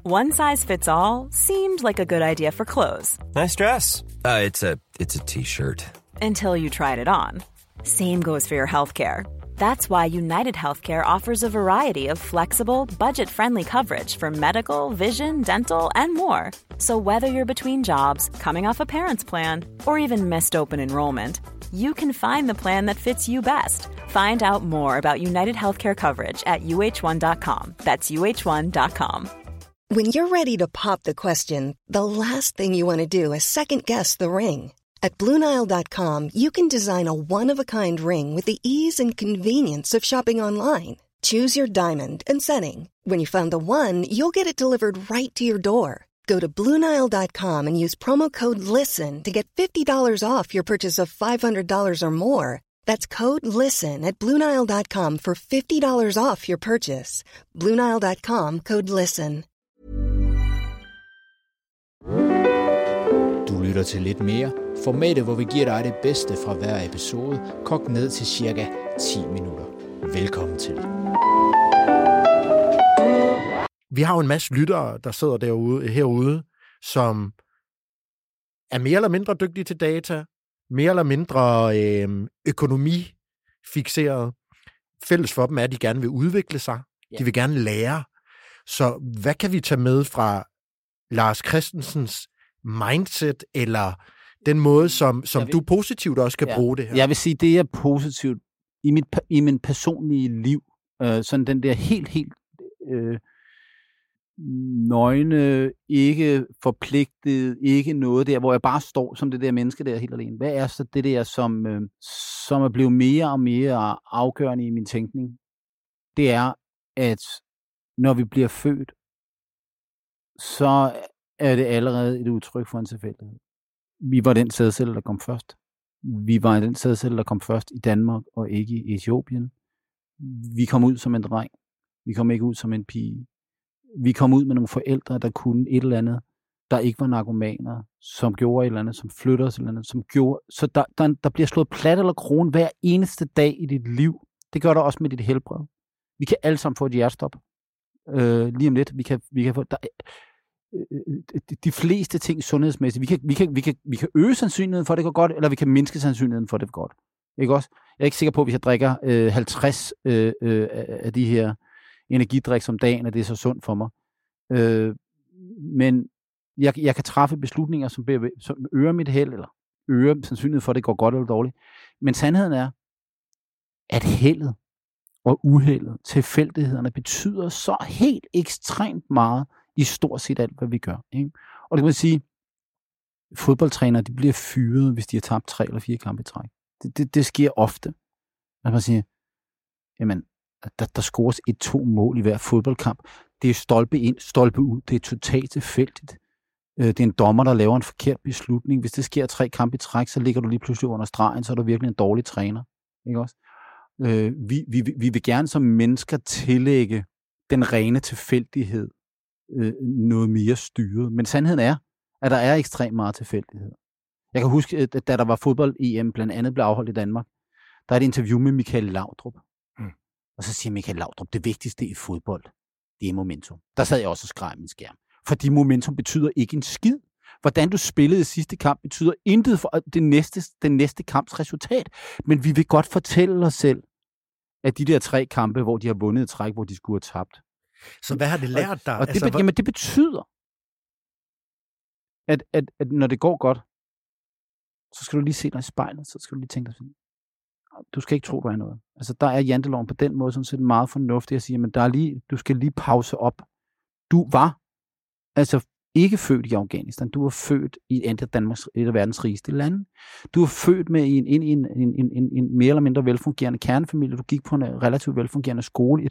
One size fits all seemed like a good idea for clothes. Nice dress. It's a t-shirt. Until you tried it on. Same goes for your healthcare. That's why United Healthcare offers a variety of flexible, budget-friendly coverage for medical, vision, dental, and more. So whether you're between jobs, coming off a parent's plan, or even missed open enrollment, you can find the plan that fits you best. Find out more about United Healthcare coverage at uh1.com. That's uh1.com. When you're ready to pop the question, the last thing you want to do is second-guess the ring. At BlueNile.com, you can design a one-of-a-kind ring with the ease and convenience of shopping online. Choose your diamond and setting. When you find the one, you'll get it delivered right to your door. Go to BlueNile.com and use promo code LISTEN to get $50 off your purchase of $500 or more. That's code LISTEN at BlueNile.com for $50 off your purchase. BlueNile.com, code LISTEN. Du lytter til Lidt Mere, formatet hvor vi giver dig det bedste fra hver episode, kogt ned til cirka 10 minutter. Velkommen til. Vi har jo en masse lyttere, der sidder herude, som er mere eller mindre dygtige til data, mere eller mindre økonomifixeret. Fælles for dem er, at de gerne vil udvikle sig. Ja. De vil gerne lære. Så hvad kan vi tage med fra Lars Christensens mindset, eller den måde, som du positivt også kan bruge det her? Jeg vil sige, det er positivt i min personlige liv. Sådan den der helt nøgne, ikke forpligtet, ikke noget der, hvor jeg bare står som det der menneske der helt alene. Hvad er så det der, som er blevet mere og mere afgørende i min tænkning? Det er, at når vi bliver født, så er det allerede et udtryk for en tilfældighed. Vi var den sædcelle, der kom først. Vi var den sædcelle, der kom først i Danmark og ikke i Etiopien. Vi kom ud som en dreng. Vi kom ikke ud som en pige. Vi kom ud med nogle forældre, der kunne et eller andet, der ikke var narkomaner, som gjorde et eller andet, som flytter os et eller andet, som gjorde... Så der bliver slået plat eller kron hver eneste dag i dit liv. Det gør der også med dit helbred. Vi kan alle sammen få et hjertestop. Lige om lidt. Vi kan få... De fleste ting sundhedsmæssigt. Vi kan øge sandsynligheden for, at det går godt, eller vi kan mindske sandsynligheden for, at det går godt. Ikke også? Jeg er ikke sikker på, at hvis jeg drikker 50 af de her energidrik om dagen, at det er så sundt for mig. Men jeg kan træffe beslutninger, som øger mit held, eller øger sandsynligheden for, at det går godt eller dårligt. Men sandheden er, at heldet og uheldet, tilfældighederne, betyder så helt ekstremt meget i stort set alt, hvad vi gør. Ikke? Og det kan man sige, fodboldtrænere, de bliver fyret, hvis de har tabt 3 eller 4 kampe i træk. Det sker ofte. At man siger, jamen, der scores 1-2 mål i hver fodboldkamp. Det er stolpe ind, stolpe ud. Det er totalt tilfældigt. Det er en dommer, der laver en forkert beslutning. Hvis det sker 3 kampe i træk, så ligger du lige pludselig under stregen, så er du virkelig en dårlig træner. Ikke også? Vi vil gerne som mennesker tillægge den rene tilfældighed noget mere styret. Men sandheden er, at der er ekstremt meget tilfældighed. Jeg kan huske, at da der var fodbold-EM, blandt andet blev afholdt i Danmark, der er et interview med Michael Laudrup. Og så siger Michael Laudrup, det vigtigste i fodbold, det er momentum. Der sad jeg også og skreg min skærm. Fordi momentum betyder ikke en skid. Hvordan du spillede i sidste kamp, betyder intet for den næste kamps resultat. Men vi vil godt fortælle os selv, at de der 3 kampe, hvor de har vundet et træk, hvor de skulle have tabt. Så hvad har det lært dig? Og jamen, det betyder, at når det går godt, så skal du lige se dig i spejlet, så skal du lige tænke dig sådan, du skal ikke tro, du er noget. Altså, der er janteloven på den måde sådan set meget fornuftig at sige, men du skal lige pause op. Du var altså ikke født i Afghanistan. Du var født i et af verdens rigeste lande. Du var født med en mere eller mindre velfungerende kernefamilie. Du gik på en relativt velfungerende skole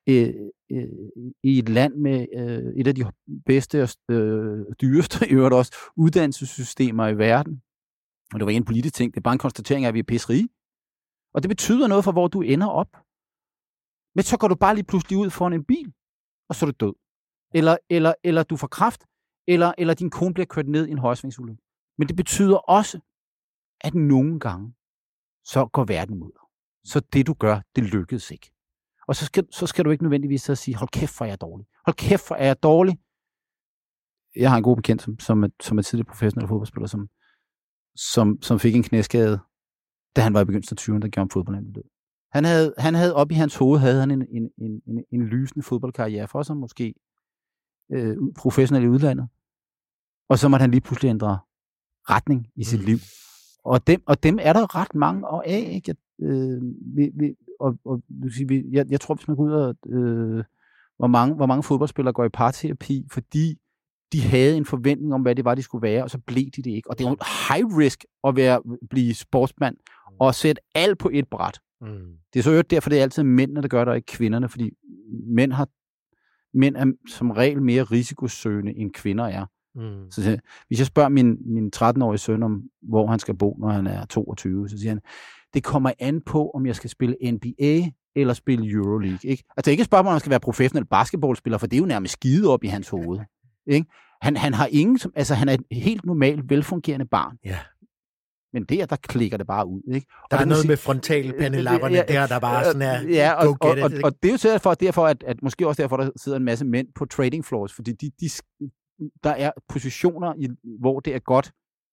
i et land med et af de bedste og dyreste i øvrigt også uddannelsessystemer i verden. Og det var en politisk ting. Det er bare en konstatering af, at vi er pisserige. Og det betyder noget for, hvor du ender op. Men så går du bare lige pludselig ud foran en bil, og så er du død. Eller du får kræft, eller din kone bliver kørt ned i en højsvingsulykke. Men det betyder også, at nogle gange, så går verden imod dig. Så det du gør, det lykkedes ikke. Og så skal du ikke nødvendigvis sige, hold kæft, hvor er jeg dårlig. Hold kæft, hvor er jeg dårlig. jeg har en god bekendt, som er tidligere professionel fodboldspiller, som fik en knæskade, da han var i begyndelsen af 20'erne, der gjorde ham fodboldlandet død. Han havde op i hans hoved, havde han en lysende fodboldkarriere for sig, måske professionel i udlandet. Og så måtte han lige pludselig ændre retning i sit liv. Og dem er der ret mange af, ikke? Jeg tror, hvis man går ud og hvor mange fodboldspillere går i parterapi, fordi de havde en forventning om, hvad det var, de skulle være, og så blev de det ikke. Og det er jo high risk at blive sportsmand og sætte alt på et bræt. Det er så jo derfor, det er altid mændene, der gør det, og ikke kvinderne, fordi mænd er som regel mere risikosøgende, end kvinder er. Så hvis jeg spørger min 13-årige søn om, hvor han skal bo, når han er 22, så siger han, det kommer an på, om jeg skal spille NBA eller spille Euroleague. Ikke? Altså ikke spørge, om han skal være professionel basketballspiller, for det er jo nærmest skide op i hans hoved. Ikke? Han har ingen, han er et helt normalt, velfungerende barn. Ja. Men der klikker det bare ud. Ikke? Der er noget med frontalpandelapperne der bare sådan er, og det er jo derfor, at måske også derfor, der sidder en masse mænd på trading floors, fordi der er positioner, hvor det er godt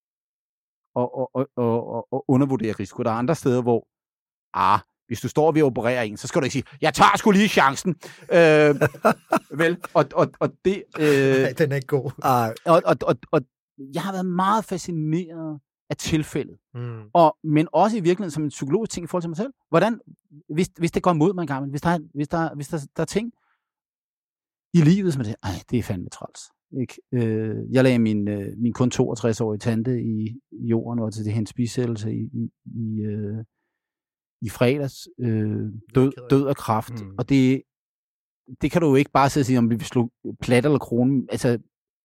at undervurdere risiko. Der er andre steder, hvor hvis du står ved at operere en, så skal du ikke sige, jeg tager sgu lige chancen. Vel, og det... den er ikke god. Og jeg har været meget fascineret af tilfældet. Men også i virkeligheden som en psykologisk ting i forhold til mig selv. Hvordan, hvis det går imod mig en gang, hvis der er ting i livet, som det er fandme træls. Ikke? Jeg lagde min kun 62-årige tante i jorden, og til det hendes bisættelse i fredags, død af kræft. Og det kan du jo ikke bare sidde og sige, om vi vil slå plat eller krone. Altså,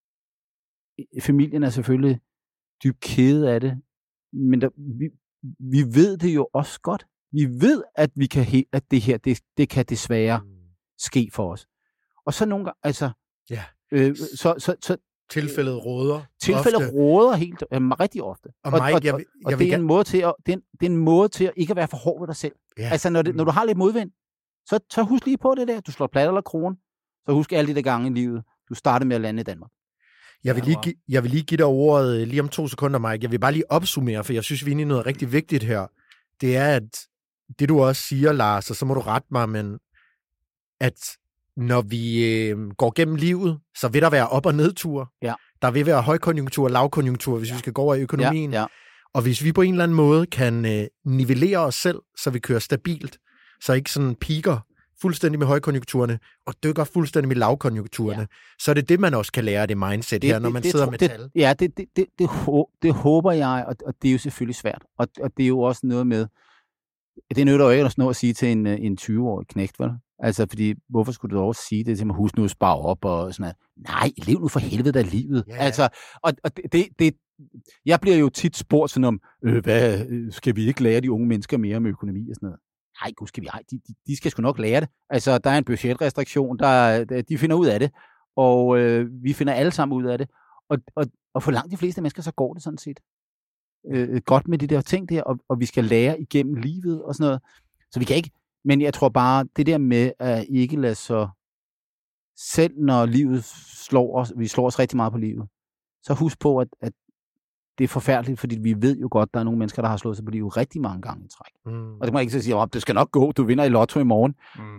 familien er selvfølgelig dybt kede af det, men vi ved det jo også godt. Vi ved, at at det her, det kan desværre ske for os. Og så nogle gange, altså... Ja. Så tilfældet råder. Tilfældet råder helt rigtig ofte. Og det er en måde til at det er en måde til at ikke at være for hård ved dig selv. Ja. Altså når du har lidt modvind, så husk lige på det der. Du slår plat eller krone. Så husk alle de der gange i livet. Du startede med at lande i Danmark. Jeg vil lige give dig ordet lige om 2 sekunder, Mike. Jeg vil bare lige opsummere, for jeg synes, vi er inde i noget rigtig vigtigt her. Det er, at det du også siger, Lars, og så må du rette mig, men at når vi går gennem livet, så vil der være op- og nedtur. Ja. Der vil være højkonjunktur og lavkonjunktur, hvis vi skal gå over i økonomien. Ja. Og hvis vi på en eller anden måde kan nivellere os selv, så vi kører stabilt, så ikke sådan piker fuldstændig med højkonjunkturerne, og dykker fuldstændig med lavkonjunkturerne, så er det, man også kan lære af det mindset her, når man sidder med tal. Ja, det håber jeg, og det er jo selvfølgelig svært. Og det er jo også noget med, det nytter jo ikke at nå at sige til en 20-årig knægt, vel? Altså, fordi, hvorfor skulle du også sige det til mig, husk nu at spare op og sådan noget. Nej, lev nu for helvede af livet. Ja. Altså, og jeg bliver jo tit spurgt sådan om, hvad, skal vi ikke lære de unge mennesker mere om økonomi og sådan noget? Nej, gud skal vi ej, de skal sgu nok lære det. Altså, der er en budgetrestriktion, de finder ud af det, og vi finder alle sammen ud af det. Og for langt de fleste mennesker, så går det sådan set godt med de der ting der, og vi skal lære igennem livet og sådan noget. Så vi kan ikke, men jeg tror bare, det der med at ikke lade så selv, når livet slår os, vi slår os rigtig meget på livet, så husk på, at det er forfærdeligt, fordi vi ved jo godt, at der er nogle mennesker, der har slået sig på livet rigtig mange gange i træk. Og det må jeg ikke så sige, det skal nok gå, du vinder i lotto i morgen.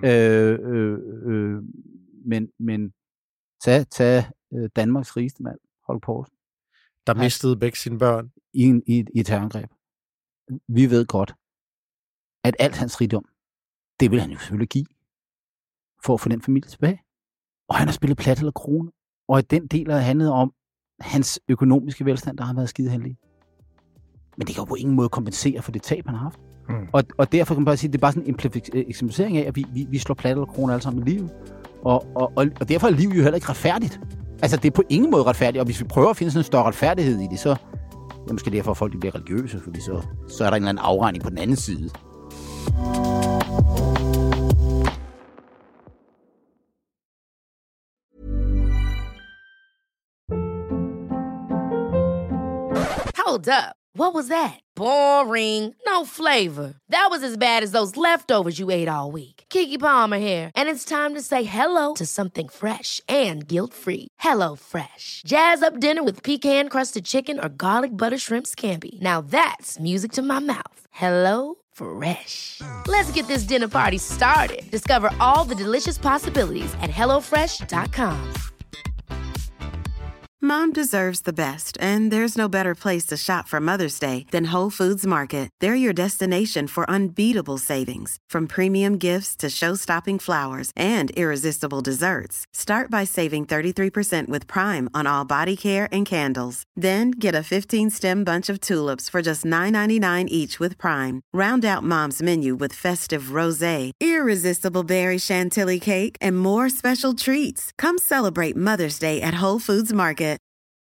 Men tag Danmarks rigeste mand, Holger Poulsen. Der mistede begge sine børn. I et terrorangreb. Vi ved godt, at alt hans rigdom, det vil han jo selvfølgelig give, for at få den familie tilbage. Og han har spillet plat eller krone. Og i den del har handlet om hans økonomiske velstand, der har været skide heldig. Men det kan jo på ingen måde kompensere for det tab, han har haft. Og derfor kan man bare sige, at det er bare sådan en eksemplificering af, at vi slår plat eller krone alle sammen i livet. Og derfor er livet jo heller ikke retfærdigt. Altså, det er på ingen måde retfærdigt, og hvis vi prøver at finde sådan en større retfærdighed i det, så er det måske derfor, at folk bliver religiøse, fordi så er der en eller anden afregning på den anden side. Hold up. What was that? Boring. No flavor. That was as bad as those leftovers you ate all week. Keke Palmer here, and it's time to say hello to something fresh and guilt-free. Hello Fresh. Jazz up dinner with pecan-crusted chicken or garlic butter shrimp scampi. Now that's music to my mouth. Hello Fresh. Let's get this dinner party started. Discover all the delicious possibilities at hellofresh.com. Mom deserves the best, and there's no better place to shop for Mother's Day than Whole Foods Market. They're your destination for unbeatable savings, from premium gifts to show-stopping flowers and irresistible desserts. Start by saving 33% with Prime on all body care and candles. Then get a 15-stem bunch of tulips for just $9.99 each with Prime. Round out Mom's menu with festive rosé, irresistible berry chantilly cake, and more special treats. Come celebrate Mother's Day at Whole Foods Market.